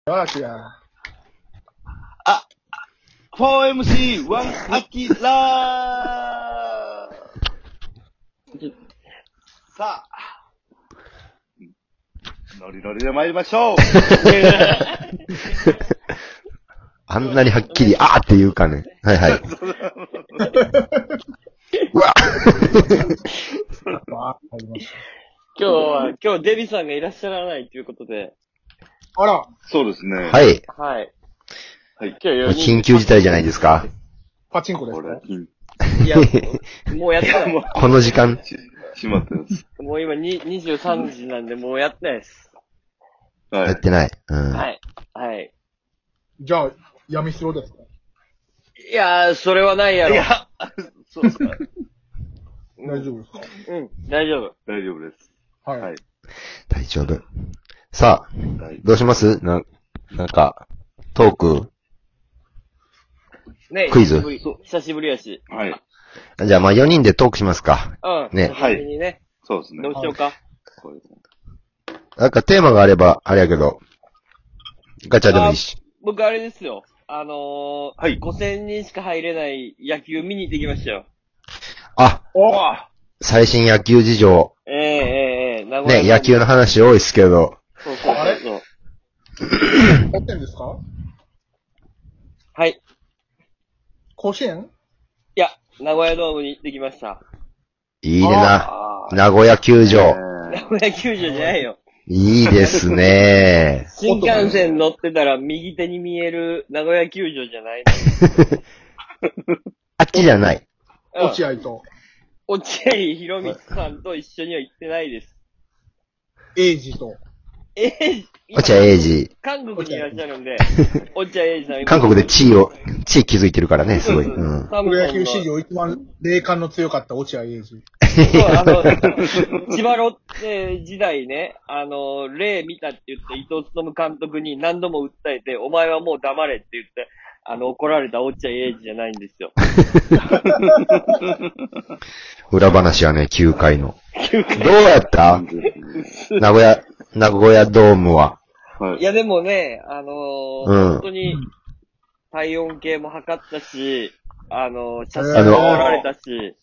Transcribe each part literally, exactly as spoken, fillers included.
よしや。 あ、フォーエムシーワン アキラーさあ、ノリノリで参りましょうあんなにはっきり、あーって言うかね。はいはい。うわ今日は、今日デビさんがいらっしゃらないということで。 あら。 そうですね。 はい。 はい。 はい。 今日よにん緊急事態じゃないですか。 パチンコですか？ いや、もうやってない。もこの時間。 し、しまってます。 うもう今ににじゅうさんじなんでもうやってないです。 はい。 やってない。うん。 はい。はい。 じゃあ、闇城ですか？ いやー、それはないやろ。 いや、そうですか。 大丈夫ですか？ うん、大丈夫。 大丈夫です。 はい。 はい。 大丈夫。さあ、 はい。 どうしますな、なんか、トーク。 ね、 クイズ久しぶり久しぶりやし。 はい。 じゃあまあよにんでトークしますか。 うん。 ね久しぶりにね。 そうですね。 どうしようか。 こういうなんかテーマがあれば、あれやけど、ガチャでもいいし。 僕あれですよ。あのー、 はい。 ごせんにんしか入れない野球見に行ってきましたよ。 あ、 おあ最新野球事情。 ええええええ名古屋ね、野球の話多いですけど。 そうそうそうそう。 やってんですか？ はい。 甲子園？ いや、名古屋ドームに行ってきました。 いいねな。 あー。 名古屋球場。 名古屋球場じゃないよ。 いいですね。 新幹線乗ってたら右手に見える名古屋球場じゃないあっちじゃない。 の。 落合と、 落合博光さんと一緒には行ってないです。 英二と、 えー、 落合英二。 韓国にいらっしゃるんで、落合英二さん。 韓国で地位を、地位築いてるからね、すごい。うん。 サムプロ野球ソンの史上一番霊感の強かった落合英二。 そう、あの、千葉ロッテ時代ね、あの、例見たって言って伊藤勉監督に何度も訴えて、お前はもう黙れって言って、あの、怒られた落合英二じゃないんですよ。 裏話はね、きゅうかいの。どうやった名古屋、名古屋ドームは。 はいいや、でもね、あのーうん本当に、体温計も測ったし、あのー写真も撮られたし、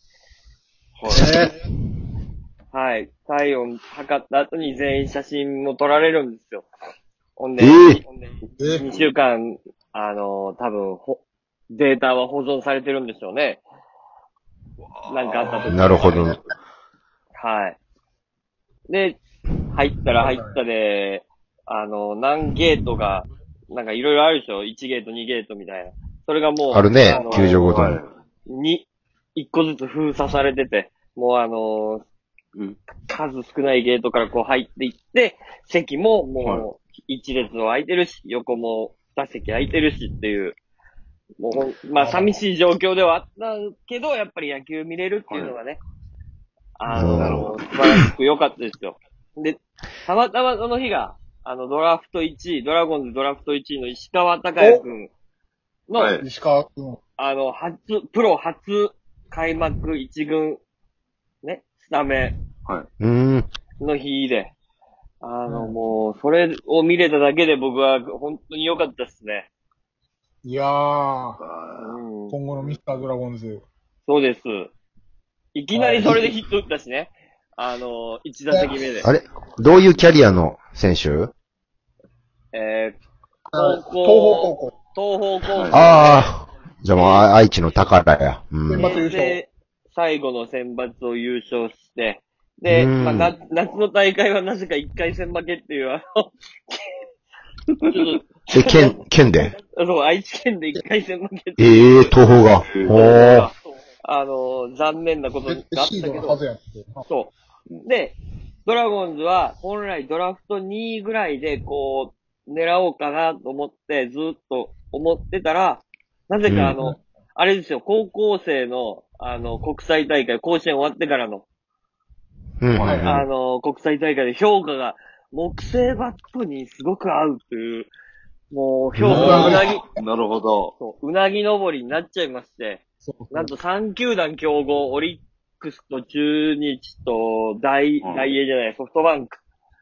はい、体温測った後に全員写真も撮られるんですよ。ほんで、 えーほんでえにしゅうかん、あのー多分ほ、データは保存されてるんでしょうね。なんかあった時。 なるほど。 はい。で、入ったら入ったで、あの、何ゲートが、なんかいろいろあるでしょ ?いち ゲート、にゲートみたいな。それがもう、 あるねの、 球場ごとに。 に、いっこずつ封鎖されてて、もうあのうん。 数少ないゲートからこう入っていって、席ももう、一列を空いてるし、横も二席空いてるしっていう、もうほん、まあ寂しい状況ではあったけど、やっぱり野球見れるっていうのがね、あうんの、素晴らしく良かったですよ。で、たまたまその日が、あの、ドラフトいちい、ドラゴンズドラフトいちいの石川昂弥くんの、 はい石川君。 あの、初、プロ初開幕一軍、ね、スタメはい。 うーん。 ンの日で、あの、 うんもう、それを見れただけで僕は本当に良かったですね。 いやー、 あうん。 今後のミスタードラゴンズ。 そうです。いきなりそれでヒット打ったしね。あの、一打席目で。 あれどういうキャリアの選手えー、 東高校邦高校。 東方高校。 ああ。じゃあもうあ愛知の宝や。うん。 選抜優勝で、最後の選抜を優勝して、で、 うんまあ、な夏の大会はなぜか一回戦負けっていう、あの、ちょっえ、県、県でと、そう、愛知県で一回戦負けってええー、東方が。おー。 あの、残念なことがあったシーけど、 ドのはずやって。 そう。で、ドラゴンズは本来ドラフトにいぐらいでこう、狙おうかなと思ってずっと思ってたら、なぜかあの、 うんあれですよ、高校生の、あの、国際大会、甲子園終わってからの、 うん。 はいあの、国際大会で評価が、木製バットにすごく合うという、もう、評価がうなぎ、 あ。なるほど。 そううなぎ登りになっちゃいまして、 そうそうなんとさん球団競合、オリックスと中日と大、 うん大英じゃない、ソフトバンク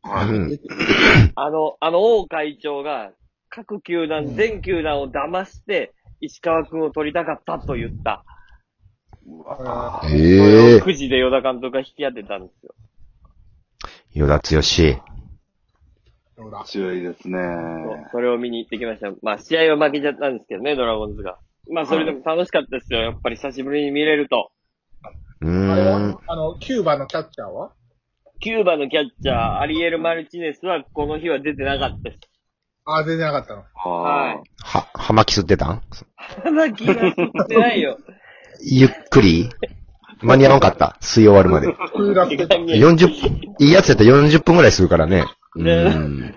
うん。 あの、あの王会長が、各球団、全球団を騙して、石川くんを取りたかったと言った。 うわえそれえをくじで与田監督が引き当てたんですよ。 与田剛志。 そうだ。 強いですね。 そうそれを見に行ってきました。まあ、試合は負けちゃったんですけどね、ドラゴンズが。まあ、それでも楽しかったですよ。やっぱり久しぶりに見れると。 うあれーんは。あの、キューバのキャッチャーはキューバのキャッチャー、アリエル・マルチネスはこの日は出てなかったです。 あ、全然なかったの。 はい。 は、葉巻吸ってたん花木が吸ってないよ。 ゆっくり間に合わんかった吸い終わるまで。 クーラーってよんじゅう、いいやつやったらよんじゅっぷんぐらいするからね。うねん。 うん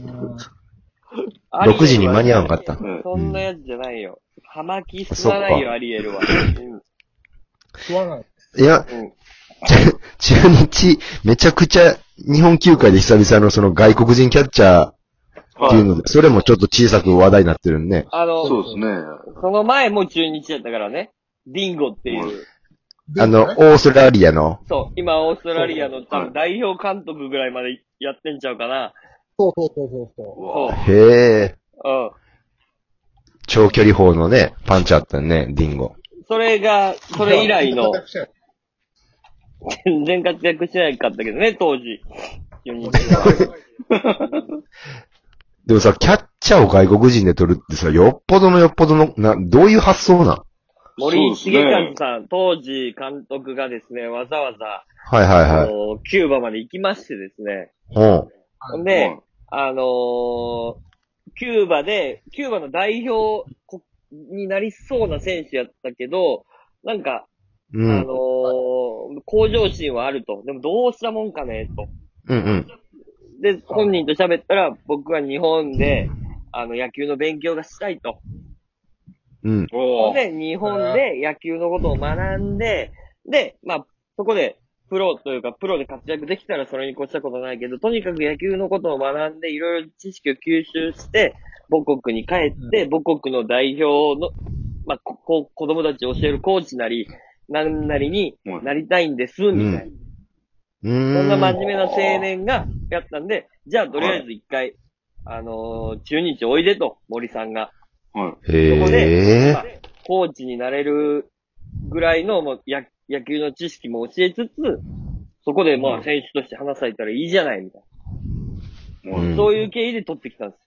ろくじに間に合わんかった。 うんそんなやつじゃないよ。葉巻吸わないよ、アリエルは。うん吸わない。 いや、 うんち中日、めちゃくちゃ日本球界で久々のその外国人キャッチャーっていうので、それもちょっと小さく話題になってるんで。 あの、 そうですね。 その前も中日だったからね。ディンゴっていう。 あの、オーストラリアの、 そう、今オーストラリアの多分代表監督ぐらいまでやってんちゃうかな。 そうそうそうそうそうわそへえ、 う。うん。 長距離砲のね、パンチあったね、ディンゴ。 それが、それ以来の活、躍したよ全然活躍しなかったけどね、当時。中日は。 でもさ、キャッチャーを外国人で取るってさ、よっぽどのよっぽどの、な、どういう発想なん森重和さん、当時監督がですね、わざわざ、 はいはいあはい。 のキューバまで行きましてですね。 ほほんで、あのーキューバで、キューバの代表になりそうな選手やったけど、なんか、 う。うあのん。 ー向上心はあると。でもどうしたもんかね、と。 うんうん。 で、本人と喋ったら、僕は日本で、あの、野球の勉強がしたいと。 うん。 おーで、日本で野球のことを学んで、で、まあ、そこで、プロというか、プロで活躍できたらそれに越したことないけど、とにかく野球のことを学んで、いろいろ知識を吸収して、母国に帰って、母国の代表の、まあ、ここ子供たちを教えるコーチなり、なんなりになりたいんです、みたいな。 うーん。 そんな真面目な青年がやったんで、じゃあとりあえず一回、あのー中日おいでと、森さんが。 はい。 へそこで、まあえ。 コーチになれるぐらいのもうや野球の知識も教えつつ、そこでまあ選手として話されたらいいじゃないみたいな。 うんそういう経緯で取ってきたんです。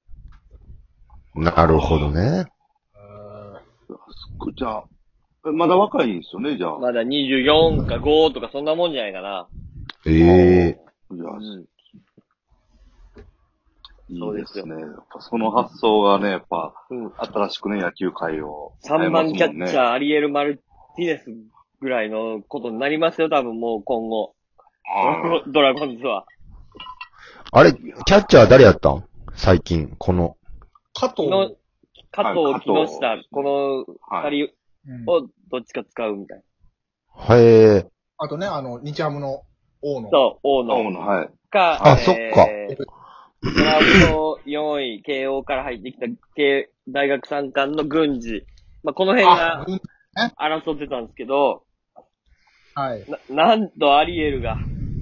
なるほどね。 じゃあ、えまだ若いんですよね、じゃあ。 まだにじゅうよんかごとかそんなもんじゃないかな。 ええ。 いや、 うん。 いそうでよいですすね。やっぱその発想がね、やっぱ、 うん。 新しくね、野球界を。 さんばんキャッチャー、 ー。 アリエル・マルティネスぐらいのことになりますよ、多分もう今後。 あドラゴンズは。 あれ、キャッチャー誰やったん最近、この。 加藤の、加藤、 はい加藤木下、この二人うんをどっちか使うみたいへえ。 あとね、あの、日ハムの大野な。。そう、大青野の、はい。 か、 あそっかドラフトよんい、慶応から入ってきた、慶大学三冠の郡司。まあ、この辺あ、 がうん争ってたんですけど、 はい。 な、なんとアリエルが、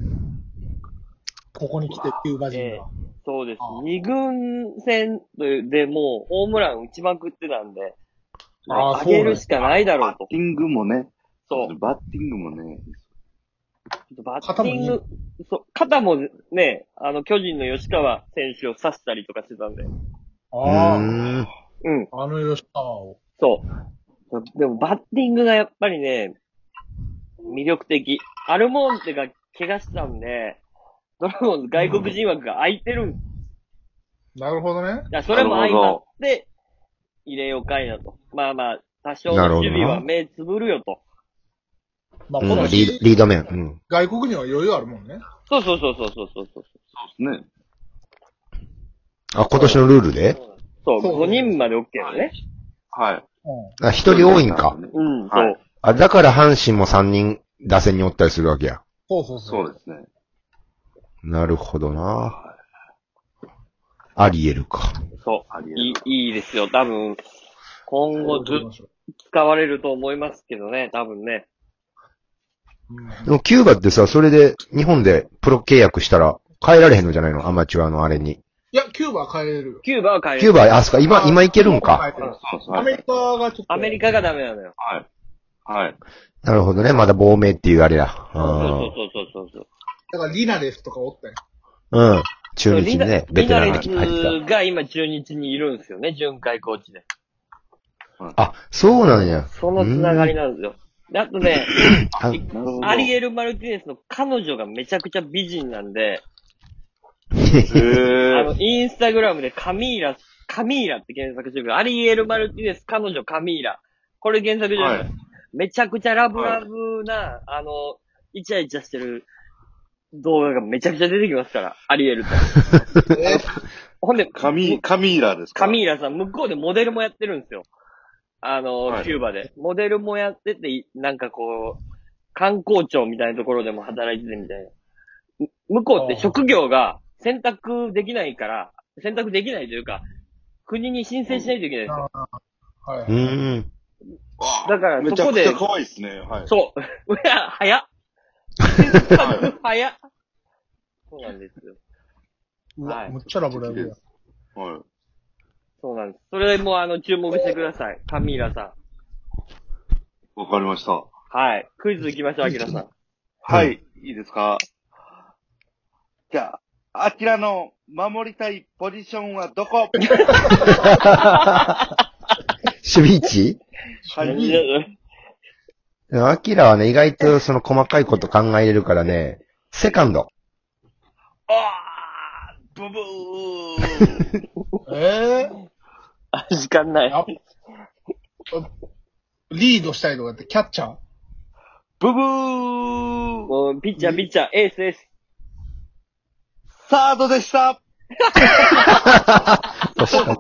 ここに来てキューバ人えが。 そうですあ。 二軍戦でもうホームラン打ちまくってたんで、 あー上げるしかないだろうと。 バッティングもね。 そう。 バッティングもね。 バッティング、そう、肩もね、あの、巨人の吉川選手を刺したりとかしてたんで。 うああ、 ーん。 うん。 あの吉川を。 そう。でもバッティングがやっぱりね、魅力的。アルモンテが怪我したんで、ドラゴンズ外国人枠が空いてるん。いなるほどね。 や、それも相まって、入れようかいなと。まあまあ、多少の守備は目つぶるよと。 まあ、 うん、 このリード、リード面。うん。 外国には余裕あるもんね。 そうそうそうそうそうそうそう。 そうですね。 あ、今年のルールでそう、 そうごにんまで OK だね。 はい。 うん。 あ、一人多いんか。 うん、そ。 はいうあ、だから阪神もさんにん打線におったりするわけや。 そうそうそう。 そうですね。 なるほどな。アリエルか。 そう。 ありえるいい、いいですよ。多分、今後ずっと使われると思いますけどね、多分ね。 うんでもキューバってさ、それで日本でプロ契約したら変えられへんのじゃないのアマチュアのあれに。 いや、キューバは変えれるよ。 キューバは変える。 キューバ、あ、そっか、今、今いけるんか。 変えてるそうそう。 アメリカがちょっと。 アメリカがダメなのよ。 はい。はい。 なるほどね。まだ亡命っていうあれだ。 そうそうそうそうそう。 だからリナレスとかおったよ。 うん。うん。中日にね、ベリテランがナレス入ってが今中日にいるんですよね、巡回コーチで。 た。あ、そうなんや。 そのつながりなんですよ。あとね、 あ、 なるほど。 アリエル・マルティネスの彼女がめちゃくちゃ美人なんで、 へあー。 の、インスタグラムでカミーラ、カミーラって検索してくる。アリエル・マルティネス、彼女カミーラ。これ検索してください。 はいめちゃくちゃラブラブな、あの、イチャイチャしてる動画がめちゃくちゃ出てきますから、アリエルと。 えほんで、 カミ、カミーラですか？ カミーラさん、向こうでモデルもやってるんですよ。あの、 はいキューバで。モデルもやってて、なんかこう、観光庁みたいなところでも働いててみたいな。向こうって職業が選択できないから、選択できないというか、国に申請しないといけないんですよ。 はうい。 ーん。 だから、 めちゃそこで、 くちゃ可愛いですね。はい。 そう。うわ、早っ。早っ。そうなんですよ。 うわ、 はいむっちゃラブラブや。 はい。 そうなんです。それもあの、注目してください。カミーラさん。 わかりました。 はい。クイズ行きましょう、アキラさん。 はい。いいですか？じゃあ、アキラの守りたいポジションはどこ？ 守備位置はい。 アキラはね、意外とその細かいこと考えれるからね、セカンド。 あー、ブブー。 えぇ、 あ、時間ない。 あリードしたいとかってキャッチャーブブー。 もう、ピッチャー、ピッチャー、エース、エース。 サードでした。 惜しかっ